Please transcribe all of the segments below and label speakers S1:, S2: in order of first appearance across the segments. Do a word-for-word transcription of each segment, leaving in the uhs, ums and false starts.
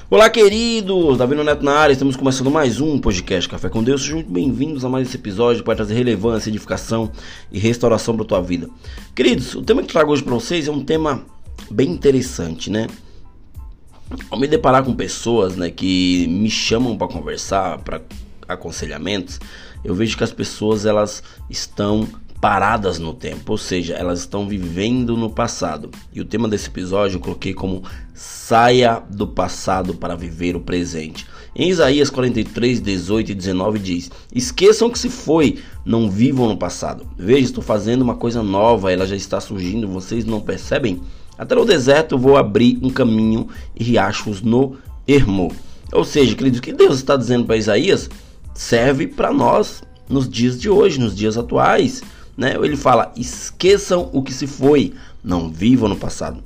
S1: Olá, queridos! Davi Neto na área, estamos começando mais um podcast Café com Deus. Sejam muito bem-vindos a mais esse episódio para trazer relevância, edificação e restauração para a tua vida. Queridos, o tema que trago hoje para vocês é um tema bem interessante, né? Ao me deparar com pessoas, né, que me chamam para conversar, para aconselhamentos, eu vejo que as pessoas elas estão paradas no tempo, ou seja, elas estão vivendo no passado. E o tema desse episódio eu coloquei como saia do passado para viver o presente. Em Isaías quarenta e três, dezoito e dezenove diz: esqueçam que se foi, não vivam no passado. Veja, estou fazendo uma coisa nova, ela já está surgindo, vocês não percebem? Até no deserto vou abrir um caminho e riachos no ermo. Ou seja, queridos, o que Deus está dizendo para Isaías serve para nós nos dias de hoje, nos dias atuais, né? Ele fala: esqueçam o que se foi, não vivam no passado.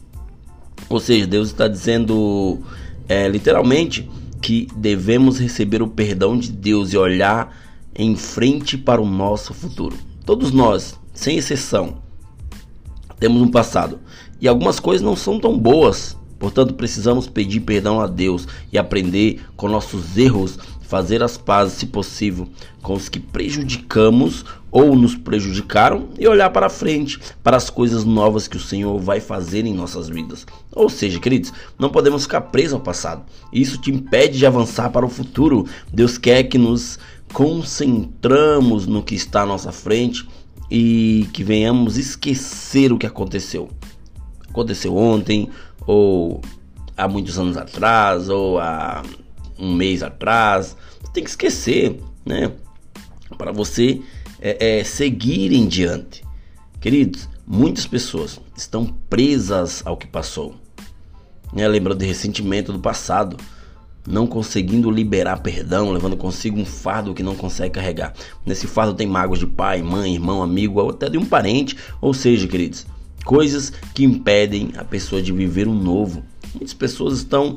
S1: Ou seja, Deus está dizendo é, literalmente que devemos receber o perdão de Deus e olhar em frente para o nosso futuro. Todos nós, sem exceção, temos um passado e algumas coisas não são tão boas. Portanto, precisamos pedir perdão a Deus e aprender com nossos erros, fazer as pazes, se possível, com os que prejudicamos ou nos prejudicaram e olhar para frente, para as coisas novas que o Senhor vai fazer em nossas vidas. Ou seja, queridos, não podemos ficar presos ao passado. Isso te impede de avançar para o futuro. Deus quer que nos concentramos no que está à nossa frente e que venhamos esquecer o que aconteceu. Aconteceu ontem, ou há muitos anos atrás, ou há um mês atrás. Você tem que esquecer, né? Para você é, é, seguir em diante. Queridos, muitas pessoas estão presas ao que passou, né? Lembrando de ressentimento do passado, não conseguindo liberar perdão, levando consigo um fardo que não consegue carregar. Nesse fardo tem mágoas de pai, mãe, irmão, amigo, ou até de um parente. Ou seja, queridos, coisas que impedem a pessoa de viver um novo. Muitas pessoas estão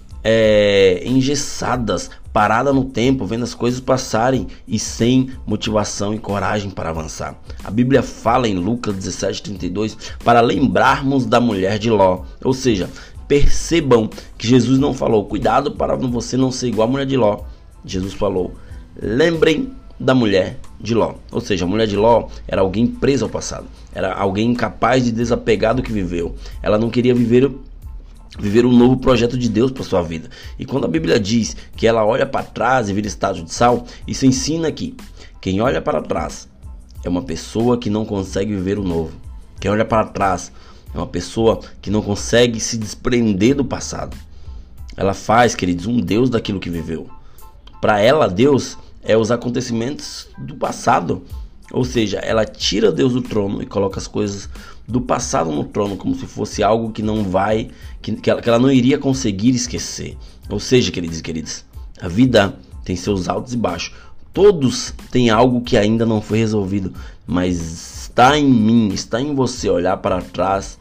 S1: é, engessadas, paradas no tempo, vendo as coisas passarem e sem motivação e coragem para avançar. A Bíblia fala em Lucas dezessete, trinta e dois para lembrarmos da mulher de Ló. Ou seja, percebam que Jesus não falou: cuidado para você não ser igual a mulher de Ló. Jesus falou: lembrem da mulher de Ló. Ou seja, a mulher de Ló era alguém preso ao passado, era alguém incapaz de desapegar do que viveu. Ela não queria viver viver um novo projeto de Deus para sua vida. E quando a Bíblia diz que ela olha para trás e vira estágio de sal, isso ensina que quem olha para trás é uma pessoa que não consegue viver o novo. Quem olha para trás é uma pessoa que não consegue se desprender do passado. Ela faz, queridos, um Deus daquilo que viveu. Para ela, Deus é os acontecimentos do passado. Ou seja, ela tira Deus do trono e coloca as coisas do passado no trono, como se fosse algo que não vai, que, que, ela, que ela não iria conseguir esquecer. Ou seja, queridos e queridas, a vida tem seus altos e baixos. Todos têm algo que ainda não foi resolvido, mas está em mim, está em você olhar para trás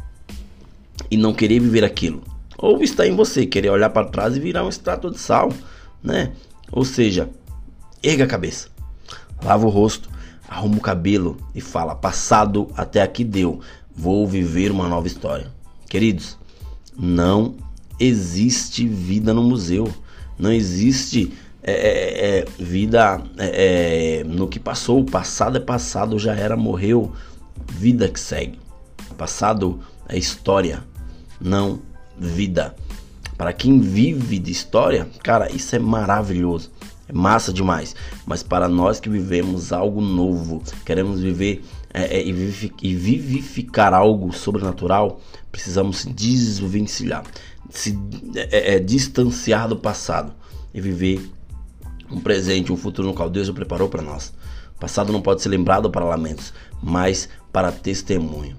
S1: e não querer viver aquilo. Ou está em você querer olhar para trás e virar uma estátua de sal, né? Ou seja, erga a cabeça, lava o rosto, arruma o cabelo e fala: passado até aqui deu, vou viver uma nova história. Queridos, não existe vida no museu, não existe é, é, é, vida é, é, no que passou. O passado é passado, já era, morreu, vida que segue. Passado é história, não vida. Para quem vive de história, cara, isso é maravilhoso. É massa demais, mas para nós que vivemos algo novo, queremos viver é, é, e vivificar algo sobrenatural, precisamos se desvencilhar, se é, é, distanciar do passado e viver um presente, um futuro no qual Deus já preparou para nós. O passado não pode ser lembrado para lamentos, mas para testemunho,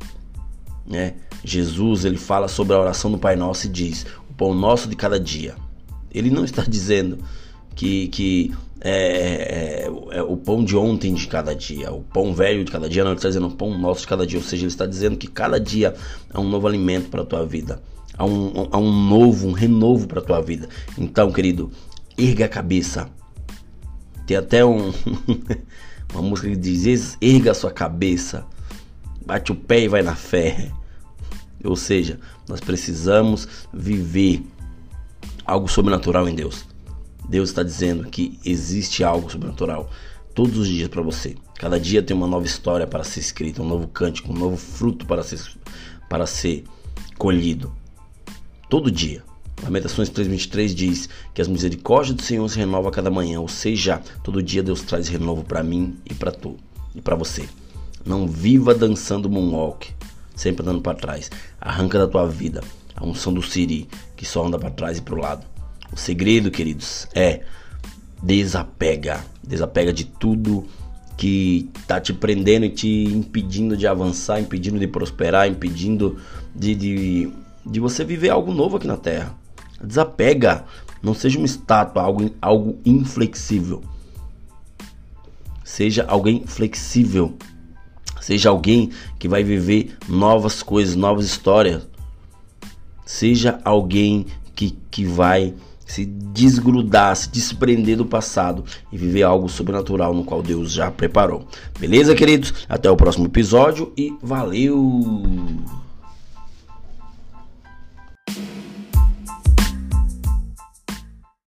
S1: né? Jesus, ele fala sobre a oração do Pai Nosso e diz: o pão nosso de cada dia. Ele não está dizendo que, que é, é, é o pão de ontem de cada dia, o pão velho de cada dia. Não, ele está dizendo o pão nosso de cada dia. Ou seja, ele está dizendo que cada dia há um novo alimento para a tua vida, há um, há um novo, um renovo para a tua vida. Então, querido, erga a cabeça. Tem até um uma música que diz: erga a sua cabeça, bate o pé e vai na fé. Ou seja, nós precisamos viver algo sobrenatural em Deus. Deus está dizendo que existe algo sobrenatural todos os dias para você. Cada dia tem uma nova história para ser escrita, um novo cântico, um novo fruto para ser, para ser colhido. Todo dia. Lamentações três, vinte e três diz que as misericórdias do Senhor se renovam a cada manhã. Ou seja, todo dia Deus traz renovo para mim e para tu e para você. Não viva dançando moonwalk, sempre andando para trás. Arranca da tua vida a unção do Siri, que só anda para trás e para o lado. O segredo, queridos, é desapega. Desapega de tudo que tá te prendendo e te impedindo de avançar, impedindo de prosperar, impedindo de, de, de você viver algo novo aqui na Terra. Desapega. Não seja uma estátua, algo, algo inflexível. Seja alguém flexível. Seja alguém que vai viver novas coisas, novas histórias. Seja alguém que, que vai se desgrudar, se desprender do passado e viver algo sobrenatural no qual Deus já preparou. Beleza, queridos? Até o próximo episódio e valeu!